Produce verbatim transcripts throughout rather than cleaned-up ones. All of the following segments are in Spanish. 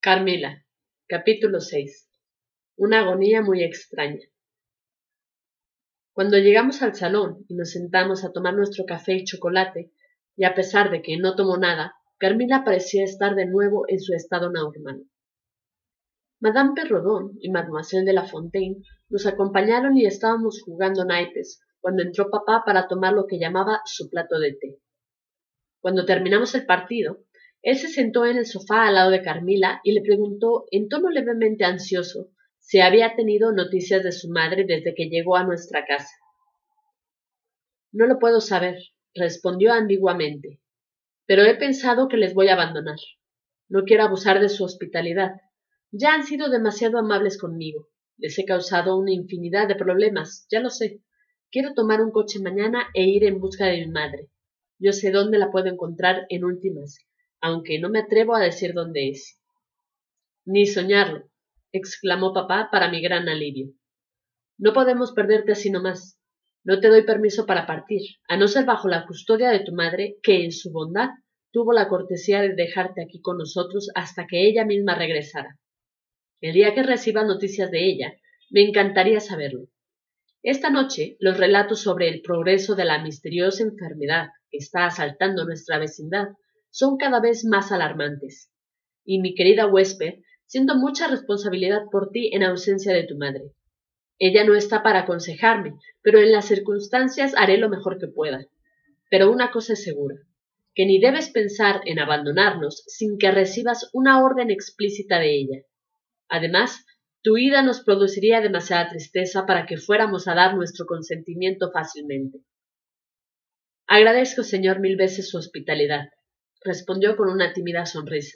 Carmila, capítulo seis. Una agonía muy extraña. Cuando llegamos al salón y nos sentamos a tomar nuestro café y chocolate, y a pesar de que no tomó nada, Carmila parecía estar de nuevo en su estado normal. Madame Perrodon y Mademoiselle de la Fontaine nos acompañaron y estábamos jugando naipes cuando entró papá para tomar lo que llamaba su plato de té. Cuando terminamos el partido, él se sentó en el sofá al lado de Carmila y le preguntó, en tono levemente ansioso, si había tenido noticias de su madre desde que llegó a nuestra casa. No lo puedo saber, respondió ambiguamente, pero he pensado que les voy a abandonar. No quiero abusar de su hospitalidad. Ya han sido demasiado amables conmigo. Les he causado una infinidad de problemas, ya lo sé. Quiero tomar un coche mañana e ir en busca de mi madre. Yo sé dónde la puedo encontrar en últimas, aunque no me atrevo a decir dónde es. Ni soñarlo, exclamó papá para mi gran alivio. No podemos perderte así nomás. No te doy permiso para partir, a no ser bajo la custodia de tu madre, que en su bondad tuvo la cortesía de dejarte aquí con nosotros hasta que ella misma regresara. El día que reciba noticias de ella, me encantaría saberlo. Esta noche, los relatos sobre el progreso de la misteriosa enfermedad que está asaltando nuestra vecindad son cada vez más alarmantes. Y mi querida huésped, siento mucha responsabilidad por ti en ausencia de tu madre. Ella no está para aconsejarme, pero en las circunstancias haré lo mejor que pueda. Pero una cosa es segura, que ni debes pensar en abandonarnos sin que recibas una orden explícita de ella. Además, tu ida nos produciría demasiada tristeza para que fuéramos a dar nuestro consentimiento fácilmente. Agradezco, señor, mil veces su hospitalidad, respondió con una tímida sonrisa.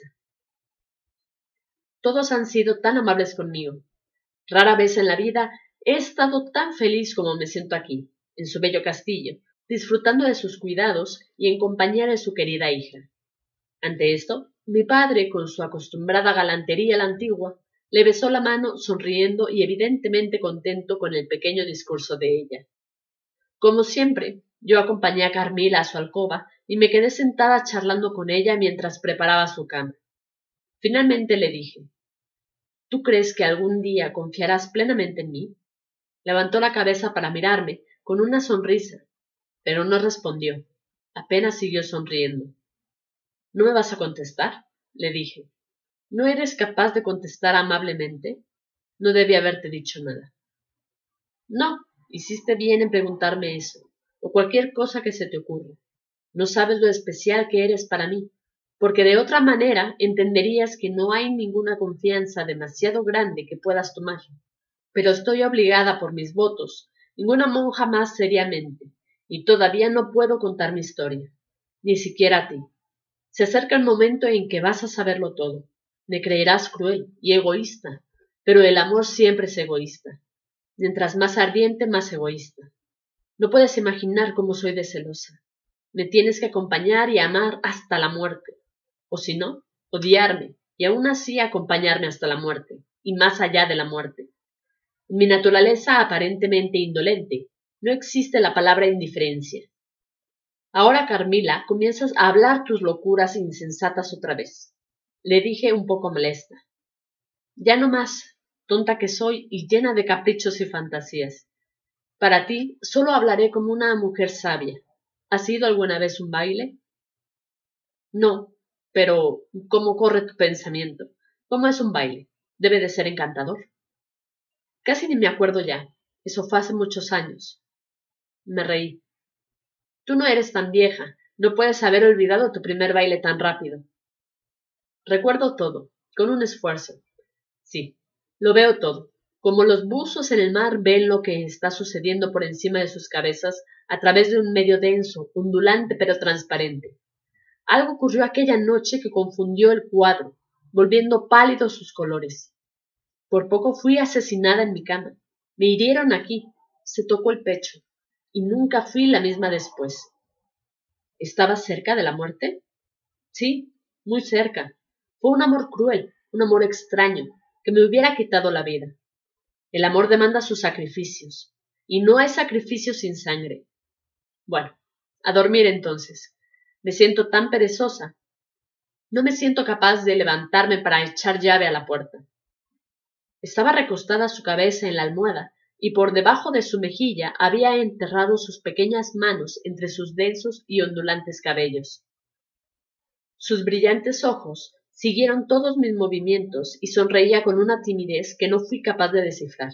Todos han sido tan amables conmigo. Rara vez en la vida he estado tan feliz como me siento aquí, en su bello castillo, disfrutando de sus cuidados y en compañía de su querida hija. Ante esto, mi padre, con su acostumbrada galantería a la antigua, le besó la mano, sonriendo y evidentemente contento con el pequeño discurso de ella. Como siempre, yo acompañé a Carmila a su alcoba y me quedé sentada charlando con ella mientras preparaba su cama. Finalmente le dije, ¿tú crees que algún día confiarás plenamente en mí? Levantó la cabeza para mirarme, con una sonrisa, pero no respondió. Apenas siguió sonriendo. ¿No me vas a contestar? Le dije. ¿No eres capaz de contestar amablemente? No debí haberte dicho nada. No, hiciste bien en preguntarme eso, o cualquier cosa que se te ocurra. No sabes lo especial que eres para mí, porque de otra manera entenderías que no hay ninguna confianza demasiado grande que puedas tomar. Pero estoy obligada por mis votos, ninguna monja más seriamente, y todavía no puedo contar mi historia, ni siquiera a ti. Se acerca el momento en que vas a saberlo todo. Me creerás cruel y egoísta, pero el amor siempre es egoísta. Mientras más ardiente, más egoísta. No puedes imaginar cómo soy de celosa. Me tienes que acompañar y amar hasta la muerte, o si no, odiarme y aún así acompañarme hasta la muerte, y más allá de la muerte. En mi naturaleza aparentemente indolente, no existe la palabra indiferencia. Ahora, Carmila, comienzas a hablar tus locuras insensatas otra vez. Le dije un poco molesta. Ya no más, tonta que soy y llena de caprichos y fantasías. Para ti solo hablaré como una mujer sabia. ¿Has ido alguna vez a un baile? No, pero ¿cómo corre tu pensamiento? ¿Cómo es un baile? Debe de ser encantador. Casi ni me acuerdo ya. Eso fue hace muchos años. Me reí. Tú no eres tan vieja. No puedes haber olvidado tu primer baile tan rápido. Recuerdo todo, con un esfuerzo. Sí, lo veo todo, como los buzos en el mar ven lo que está sucediendo por encima de sus cabezas a través de un medio denso, ondulante pero transparente. Algo ocurrió aquella noche que confundió el cuadro, volviendo pálidos sus colores. Por poco fui asesinada en mi cama. Me hirieron aquí, se tocó el pecho, y nunca fui la misma después. ¿Estabas cerca de la muerte? Sí, muy cerca. Fue un amor cruel, un amor extraño, que me hubiera quitado la vida. El amor demanda sus sacrificios, y no hay sacrificio sin sangre. Bueno, a dormir entonces. Me siento tan perezosa. No me siento capaz de levantarme para echar llave a la puerta. Estaba recostada su cabeza en la almohada, y por debajo de su mejilla había enterrado sus pequeñas manos entre sus densos y ondulantes cabellos. Sus brillantes ojos siguieron todos mis movimientos y sonreía con una timidez que no fui capaz de descifrar.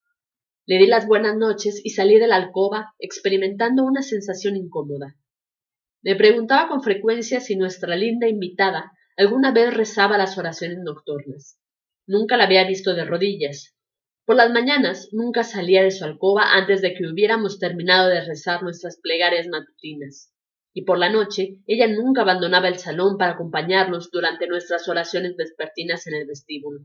Le di las buenas noches y salí de la alcoba experimentando una sensación incómoda. Me preguntaba con frecuencia si nuestra linda invitada alguna vez rezaba las oraciones nocturnas. Nunca la había visto de rodillas. Por las mañanas nunca salía de su alcoba antes de que hubiéramos terminado de rezar nuestras plegarias matutinas. Y por la noche ella nunca abandonaba el salón para acompañarnos durante nuestras oraciones vespertinas en el vestíbulo.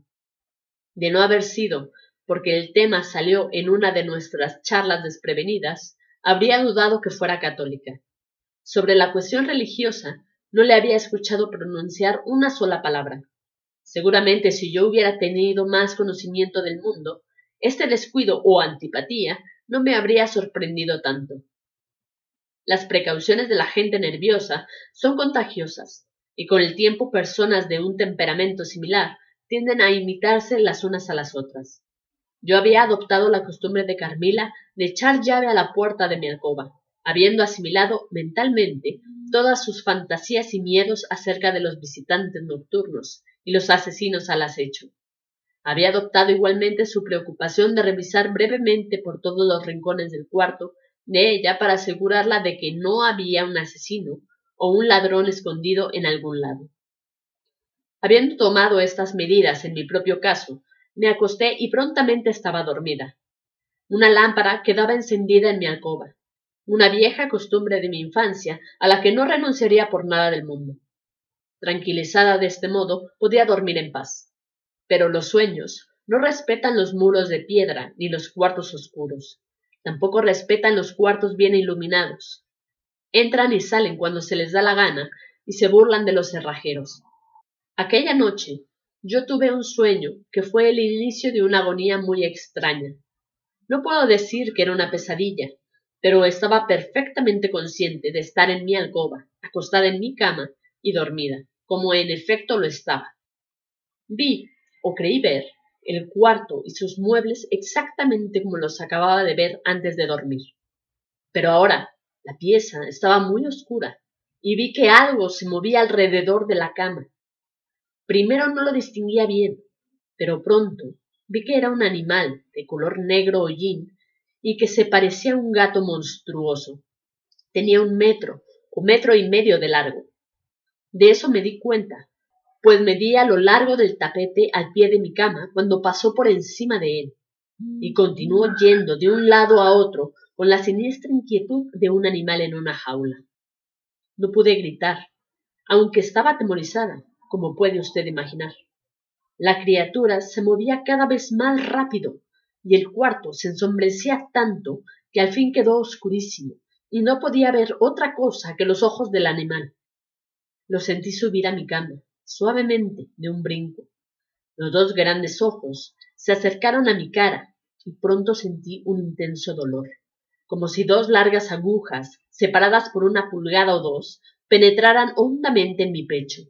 De no haber sido porque el tema salió en una de nuestras charlas desprevenidas, habría dudado que fuera católica. Sobre la cuestión religiosa no le había escuchado pronunciar una sola palabra. Seguramente si yo hubiera tenido más conocimiento del mundo, este descuido o antipatía no me habría sorprendido tanto. Las precauciones de la gente nerviosa son contagiosas, y con el tiempo personas de un temperamento similar tienden a imitarse las unas a las otras. Yo había adoptado la costumbre de Carmila de echar llave a la puerta de mi alcoba, habiendo asimilado mentalmente todas sus fantasías y miedos acerca de los visitantes nocturnos y los asesinos al acecho. Había adoptado igualmente su preocupación de revisar brevemente por todos los rincones del cuarto de ella para asegurarla de que no había un asesino o un ladrón escondido en algún lado. Habiendo tomado estas medidas en mi propio caso, me acosté y prontamente estaba dormida. Una lámpara quedaba encendida en mi alcoba, una vieja costumbre de mi infancia a la que no renunciaría por nada del mundo. Tranquilizada de este modo, podía dormir en paz. Pero los sueños no respetan los muros de piedra ni los cuartos oscuros. Tampoco respetan los cuartos bien iluminados. Entran y salen cuando se les da la gana y se burlan de los cerrajeros. Aquella noche yo tuve un sueño que fue el inicio de una agonía muy extraña. No puedo decir que era una pesadilla, pero estaba perfectamente consciente de estar en mi alcoba, acostada en mi cama y dormida, como en efecto lo estaba. Vi, o creí ver, el cuarto y sus muebles exactamente como los acababa de ver antes de dormir. Pero ahora la pieza estaba muy oscura y vi que algo se movía alrededor de la cama. Primero no lo distinguía bien, pero pronto vi que era un animal de color negro hollín y que se parecía a un gato monstruoso. Tenía un metro o metro y medio de largo. De eso me di cuenta, pues medía lo largo del tapete al pie de mi cama cuando pasó por encima de él, y continuó yendo de un lado a otro con la siniestra inquietud de un animal en una jaula. No pude gritar, aunque estaba atemorizada, como puede usted imaginar. La criatura se movía cada vez más rápido, y el cuarto se ensombrecía tanto que al fin quedó oscurísimo, y no podía ver otra cosa que los ojos del animal. Lo sentí subir a mi cama, suavemente, de un brinco. Los dos grandes ojos se acercaron a mi cara, y pronto sentí un intenso dolor, como si dos largas agujas, separadas por una pulgada o dos, penetraran hondamente en mi pecho.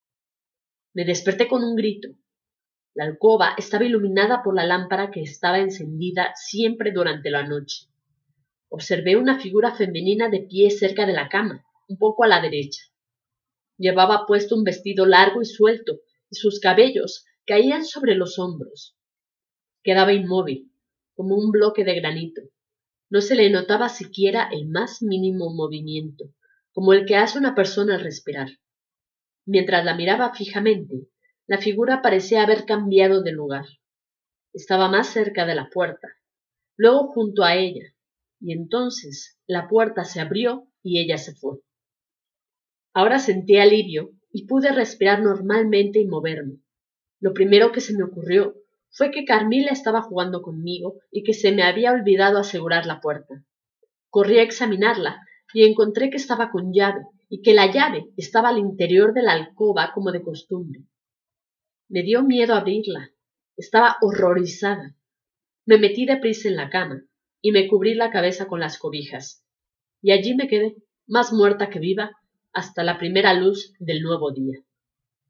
Me desperté con un grito. La alcoba estaba iluminada por la lámpara que estaba encendida siempre durante la noche. Observé una figura femenina de pie cerca de la cama, un poco a la derecha. Llevaba puesto un vestido largo y suelto, y sus cabellos caían sobre los hombros. Quedaba inmóvil, como un bloque de granito. No se le notaba siquiera el más mínimo movimiento, como el que hace una persona al respirar. Mientras la miraba fijamente, la figura parecía haber cambiado de lugar. Estaba más cerca de la puerta, luego junto a ella, y entonces la puerta se abrió y ella se fue. Ahora sentí alivio y pude respirar normalmente y moverme. Lo primero que se me ocurrió fue que Carmila estaba jugando conmigo y que se me había olvidado asegurar la puerta. Corrí a examinarla y encontré que estaba con llave y que la llave estaba al interior de la alcoba como de costumbre. Me dio miedo abrirla. Estaba horrorizada. Me metí deprisa en la cama y me cubrí la cabeza con las cobijas. Y allí me quedé, más muerta que viva, hasta la primera luz del nuevo día.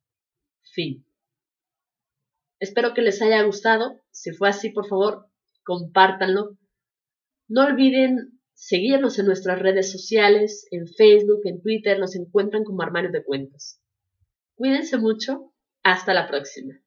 Fin. Espero que les haya gustado. Si fue así, por favor, compártanlo. No olviden seguirnos en nuestras redes sociales, en Facebook, en Twitter, nos encuentran como Armario de Cuentos. Cuídense mucho. Hasta la próxima.